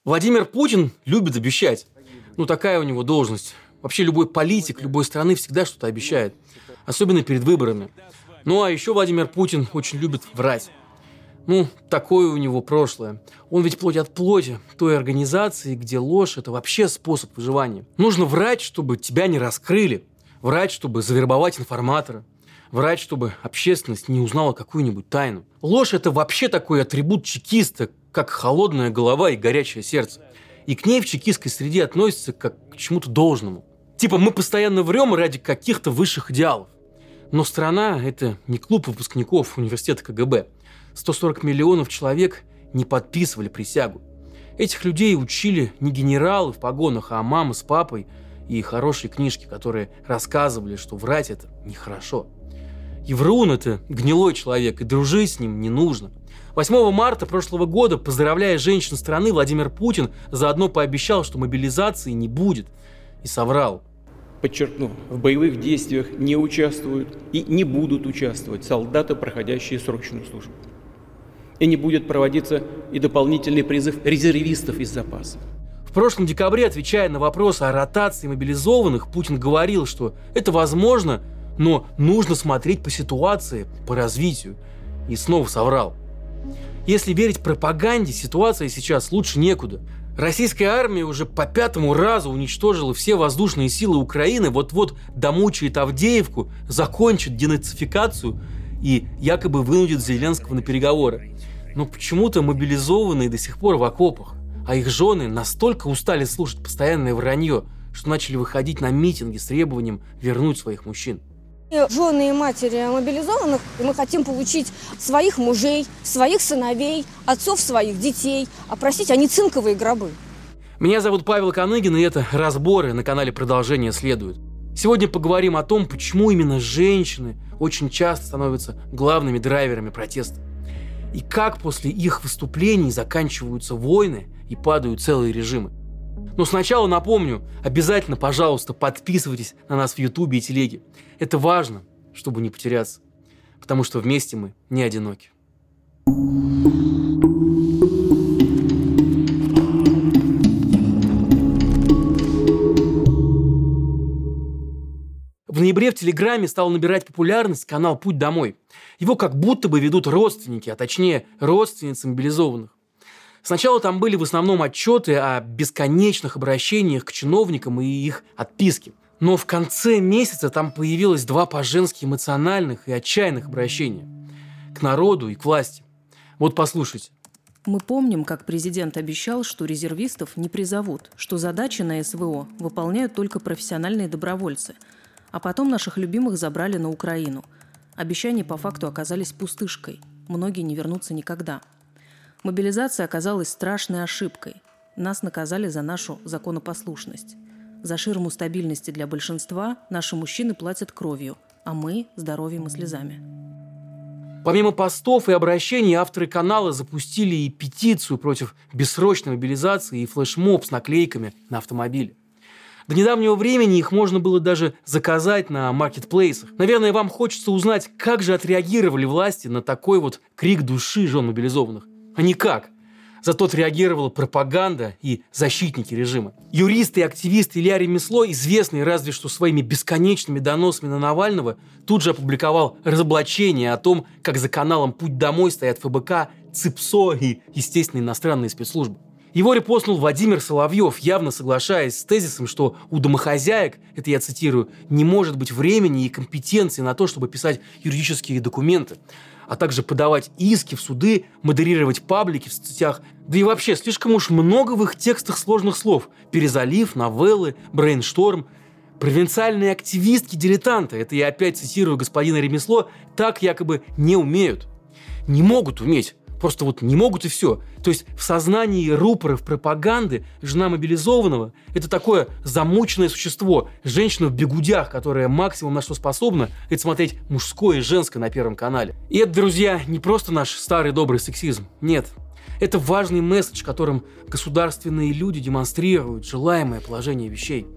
Владимир Путин любит обещать. Такая у него должность. Вообще любой политик любой страны всегда что-то обещает. Особенно перед выборами. А еще Владимир Путин очень любит врать. Такое у него прошлое. Он ведь плоть от плоти той организации, где ложь – это вообще способ выживания. Нужно врать, чтобы тебя не раскрыли. Врать, чтобы завербовать информатора. Врать, чтобы общественность не узнала какую-нибудь тайну. Ложь – это вообще такой атрибут чекиста, как холодная голова и горячее сердце. И к ней в чекистской среде относятся как к чему-то должному. Типа мы постоянно врем ради каких-то высших идеалов. Но страна – это не клуб выпускников университета КГБ. 140 миллионов человек не подписывали присягу. Этих людей учили не генералы в погонах, а мама с папой и хорошие книжки, которые рассказывали, что врать – это нехорошо. И врун – это гнилой человек, и дружить с ним не нужно. 8 марта прошлого года, поздравляя женщин страны, Владимир Путин заодно пообещал, что мобилизации не будет. И соврал. Подчеркну, в боевых действиях не участвуют и не будут участвовать солдаты, проходящие срочную службу. И не будет проводиться и дополнительный призыв резервистов из запаса. В прошлом декабре, отвечая на вопрос о ротации мобилизованных, Путин говорил, что это возможно, но нужно смотреть по ситуации, по развитию. И снова соврал. Если верить пропаганде, ситуация сейчас лучше некуда. Российская армия уже по 5-му разу уничтожила все воздушные силы Украины, вот-вот домучает Авдеевку, закончит денацификацию и якобы вынудит Зеленского на переговоры. Но почему-то мобилизованные до сих пор в окопах, а их жены настолько устали слушать постоянное вранье, что начали выходить на митинги с требованием вернуть своих мужчин. Жены и матери мобилизованных, мы хотим получить своих мужей, своих сыновей, отцов своих детей, а просить они цинковые гробы. Меня зовут Павел Коныгин, и это «Разборы» на канале «Продолжение следует». Сегодня поговорим о том, почему именно женщины очень часто становятся главными драйверами протеста. И как после их выступлений заканчиваются войны и падают целые режимы. Но сначала напомню, обязательно, пожалуйста, подписывайтесь на нас в Ютубе и Телеге. Это важно, чтобы не потеряться, потому что вместе мы не одиноки. В ноябре в Телеграме стал набирать популярность канал «Путь домой». Его как будто бы ведут родственники, а точнее родственницы мобилизованных. Сначала там были в основном отчеты о бесконечных обращениях к чиновникам и их отписке. Но в конце месяца там появилось 2 по-женски эмоциональных и отчаянных обращения. К народу и к власти. Вот послушайте. Мы помним, как президент обещал, что резервистов не призовут, что задачи на СВО выполняют только профессиональные добровольцы. А потом наших любимых забрали на Украину. Обещания по факту оказались пустышкой. Многие не вернутся никогда. Мобилизация оказалась страшной ошибкой. Нас наказали за нашу законопослушность. За ширму стабильности для большинства наши мужчины платят кровью, а мы – здоровьем и слезами. Помимо постов и обращений, авторы канала запустили и петицию против бессрочной мобилизации и флешмоб с наклейками на автомобиле. До недавнего времени их можно было даже заказать на маркетплейсах. Наверное, вам хочется узнать, как же отреагировали власти на такой вот крик души жен мобилизованных. А никак. Зато отреагировала пропаганда и защитники режима. Юрист и активист Илья Ремесло, известный разве что своими бесконечными доносами на Навального, тут же опубликовал разоблачение о том, как за каналом «Путь домой» стоят ФБК, ЦИПСО и, естественно, иностранные спецслужбы. Его репостнул Владимир Соловьев, явно соглашаясь с тезисом, что у домохозяек, это я цитирую, не может быть времени и компетенции на то, чтобы писать юридические документы, а также подавать иски в суды, модерировать паблики в соцсетях. Да и вообще, слишком уж много в их текстах сложных слов. Перезалив, новеллы, брейншторм. Провинциальные активистки-дилетанты, это я опять цитирую господина Ремесло, так якобы не умеют. Не могут уметь. Просто вот не могут и все. То есть в сознании рупоров пропаганды жена мобилизованного – это такое замученное существо, женщина в бигудях, которая максимум на что способна – это смотреть мужское и женское на Первом канале. И это, друзья, не просто наш старый добрый сексизм. Нет. Это важный месседж, которым государственные люди демонстрируют желаемое положение вещей.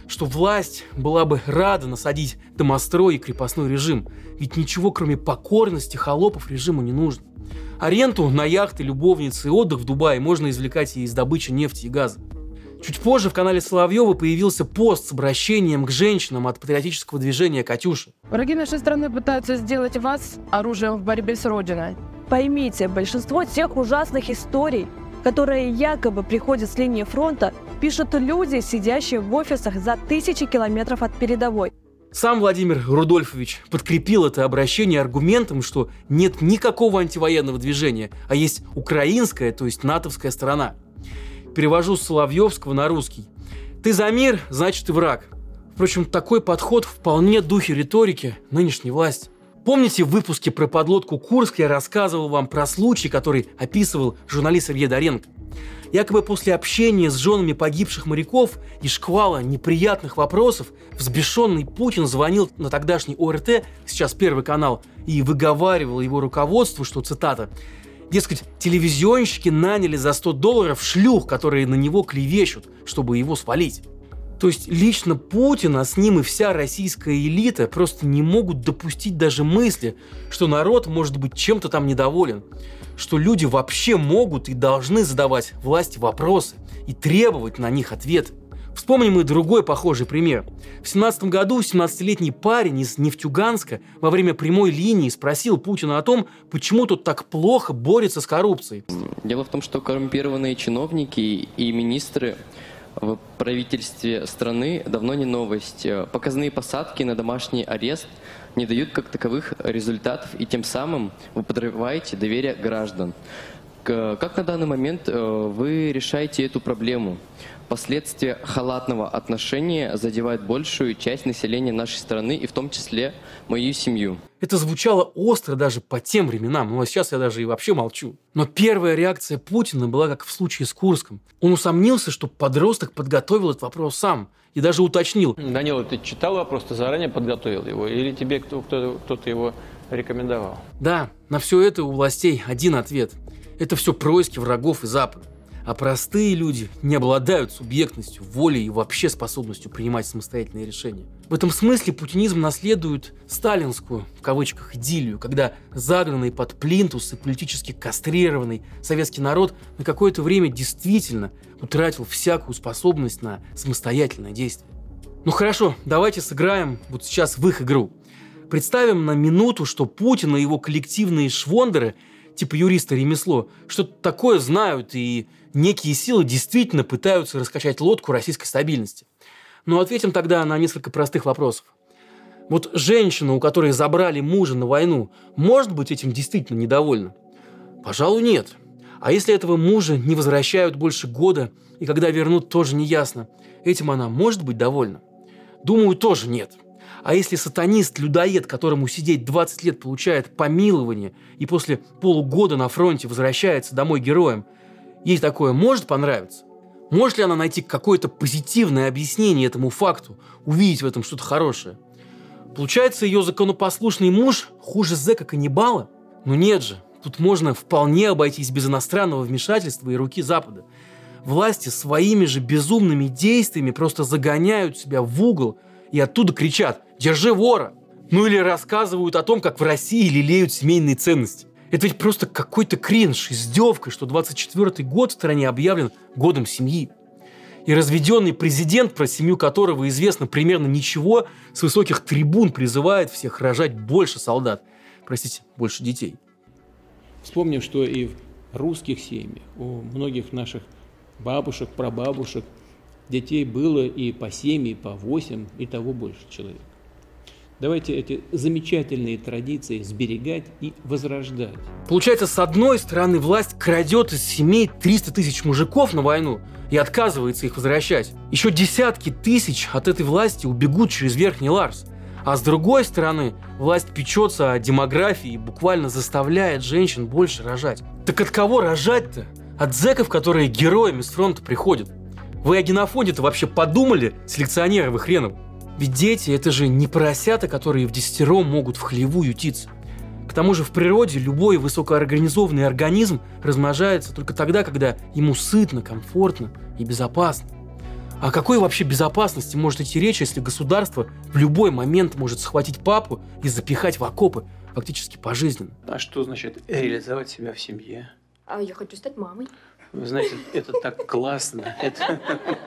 что власть была бы рада насадить домострой и крепостной режим, ведь ничего, кроме покорности холопов, режиму не нужно. А ренту на яхты, любовницы и отдых в Дубае можно извлекать и из добычи нефти и газа. Чуть позже в канале Соловьева появился пост с обращением к женщинам от патриотического движения «Катюша». Враги нашей страны пытаются сделать вас оружием в борьбе с Родиной. Поймите, большинство тех ужасных историй, которые якобы приходят с линии фронта, пишут люди, сидящие в офисах за тысячи километров от передовой. Сам Владимир Рудольфович подкрепил это обращение аргументом, что нет никакого антивоенного движения, а есть украинская, то есть натовская сторона. Перевожу с соловьевского на русский. Ты за мир, значит ты враг. Впрочем, такой подход вполне в духе риторики нынешней власти. Помните, в выпуске про подлодку «Курск» я рассказывал вам про случай, который описывал журналист Сергей Доренко? Якобы после общения с женами погибших моряков и шквала неприятных вопросов взбешенный Путин звонил на тогдашний ОРТ, сейчас Первый канал, и выговаривал его руководству, что, цитата, дескать, телевизионщики наняли за $100 шлюх, которые на него клевещут, чтобы его свалить. То есть лично Путин, а с ним и вся российская элита просто не могут допустить даже мысли, что народ может быть чем-то там недоволен, что люди вообще могут и должны задавать власти вопросы и требовать на них ответы. Вспомним и другой похожий пример. В 2017 году 17-летний парень из Нефтьюганска во время прямой линии спросил Путина о том, почему тот так плохо борется с коррупцией. Дело в том, что коррумпированные чиновники и министры в правительстве страны давно не новость. Показные посадки на домашний арест не дают как таковых результатов, и тем самым вы подрываете доверие граждан. Как на данный момент вы решаете эту проблему? Последствия халатного отношения задевают большую часть населения нашей страны, и в том числе мою семью. Это звучало остро даже по тем временам, но сейчас я даже и вообще молчу. Но первая реакция Путина была как в случае с Курском. Он усомнился, что подросток подготовил этот вопрос сам и даже уточнил. Данила, ты читал вопрос, ты заранее подготовил его, или тебе кто-то его рекомендовал? Да, на все это у властей один ответ. Это все происки врагов и Запада. А простые люди не обладают субъектностью, волей и вообще способностью принимать самостоятельные решения. В этом смысле путинизм наследует сталинскую, в кавычках, идиллию, когда загнанный под плинтус и политически кастрированный советский народ на какое-то время действительно утратил всякую способность на самостоятельное действие. Ну хорошо, давайте сыграем вот сейчас в их игру. Представим на минуту, что Путин и его коллективные швондеры, типа юриста ремесло, что-то такое знают, и некие силы действительно пытаются раскачать лодку российской стабильности. Но ответим тогда на несколько простых вопросов. Вот женщина, у которой забрали мужа на войну, может быть этим действительно недовольна? Пожалуй, нет. А если этого мужа не возвращают больше года, и когда вернут, тоже не ясно, этим она может быть довольна? Думаю, тоже нет. А если сатанист-людоед, которому сидеть 20 лет, получает помилование и после полугода на фронте возвращается домой героем, ей такое может понравиться? Может ли она найти какое-то позитивное объяснение этому факту, увидеть в этом что-то хорошее? Получается, ее законопослушный муж хуже зэка-каннибала? Ну нет же, тут можно вполне обойтись без иностранного вмешательства и руки Запада. Власти своими же безумными действиями просто загоняют себя в угол и оттуда кричат «Держи вора!». Ну или рассказывают о том, как в России лелеют семейные ценности. Это ведь просто какой-то кринж, издевка, что 24-й год в стране объявлен годом семьи. И разведенный президент, про семью которого известно примерно ничего, с высоких трибун призывает всех рожать больше солдат. Простите, больше детей. Вспомним, что и в русских семьях, у многих наших бабушек, прабабушек, детей было и по 7, и по 8, и того больше человек. Давайте эти замечательные традиции сберегать и возрождать. Получается, с одной стороны, власть крадет из семей 300 тысяч мужиков на войну и отказывается их возвращать. Еще десятки тысяч от этой власти убегут через Верхний Ларс. А с другой стороны, власть печется о демографии и буквально заставляет женщин больше рожать. Так от кого рожать-то? От зэков, которые героями с фронта приходят. Вы о генофонде-то вообще подумали, селекционеры вы хреновы? Ведь дети – это же не поросята, которые вдесятером могут в хлеву ютиться. К тому же в природе любой высокоорганизованный организм размножается только тогда, когда ему сытно, комфортно и безопасно. О какой вообще безопасности может идти речь, если государство в любой момент может схватить папу и запихать в окопы фактически пожизненно? А что значит реализовать себя в семье? А я хочу стать мамой. Вы знаете, это так классно. Это...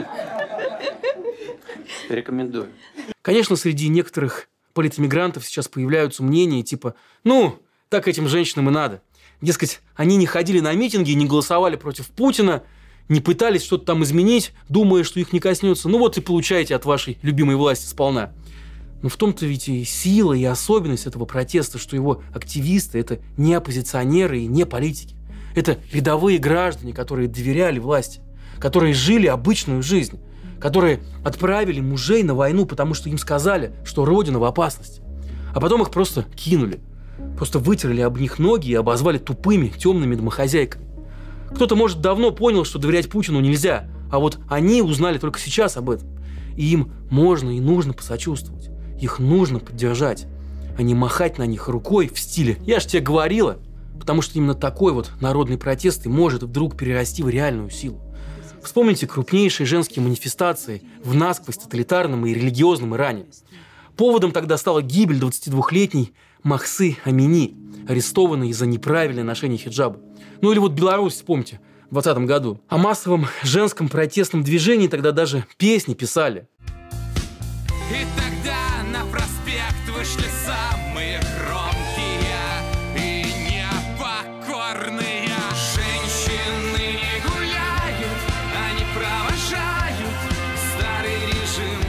Рекомендую. Конечно, среди некоторых политэмигрантов сейчас появляются мнения типа «ну, так этим женщинам и надо». Дескать, они не ходили на митинги, не голосовали против Путина, не пытались что-то там изменить, думая, что их не коснется. Ну вот и получаете от вашей любимой власти сполна. Но в том-то ведь и сила, и особенность этого протеста, что его активисты – это не оппозиционеры и не политики. Это рядовые граждане, которые доверяли власти, которые жили обычную жизнь, которые отправили мужей на войну, потому что им сказали, что Родина в опасности. А потом их просто кинули. Просто вытерли об них ноги и обозвали тупыми, темными домохозяйками. Кто-то, может, давно понял, что доверять Путину нельзя, а вот они узнали только сейчас об этом. И им можно и нужно посочувствовать. Их нужно поддержать, а не махать на них рукой в стиле «я ж тебе говорила», потому что именно такой вот народный протест и может вдруг перерасти в реальную силу. Вспомните крупнейшие женские манифестации в насквозь тоталитарном и религиозном Иране. Поводом тогда стала гибель 22-летней Махсы Амини, арестованной из-за неправильного ношения хиджаба. Ну или вот Беларусь, вспомните, в 2020 году. О массовом женском протестном движении тогда даже песни писали. И тогда на проспект вышли самые громкие и непокорные. Женщины не гуляют, они провожают старый режим.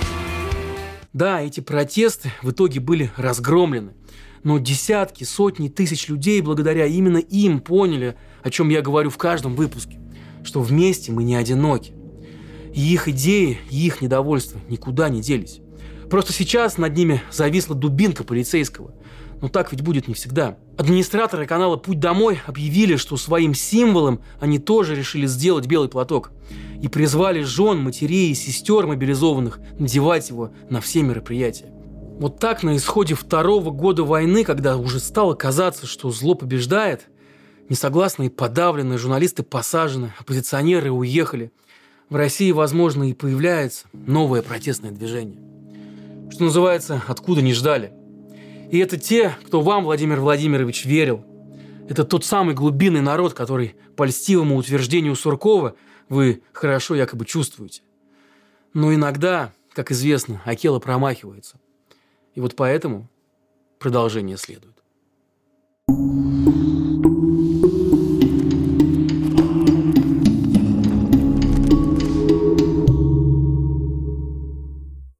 Да, эти протесты в итоге были разгромлены. Но десятки, сотни тысяч людей благодаря именно им поняли, о чем я говорю в каждом выпуске, что вместе мы не одиноки. И их идеи, и их недовольство никуда не делись. Просто сейчас над ними зависла дубинка полицейского. Но так ведь будет не всегда. Администраторы канала «Путь домой» объявили, что своим символом они тоже решили сделать белый платок. И призвали жен, матерей и сестер мобилизованных надевать его на все мероприятия. Вот так на исходе второго года войны, когда уже стало казаться, что зло побеждает, несогласные и подавленные журналисты посажены, оппозиционеры уехали. В России, возможно, и появляется новое протестное движение. Что называется, откуда не ждали. И это те, кто вам, Владимир Владимирович, верил. Это тот самый глубинный народ, который по льстивому утверждению Суркова вы хорошо якобы чувствуете. Но иногда, как известно, Акела промахивается. И вот поэтому продолжение следует.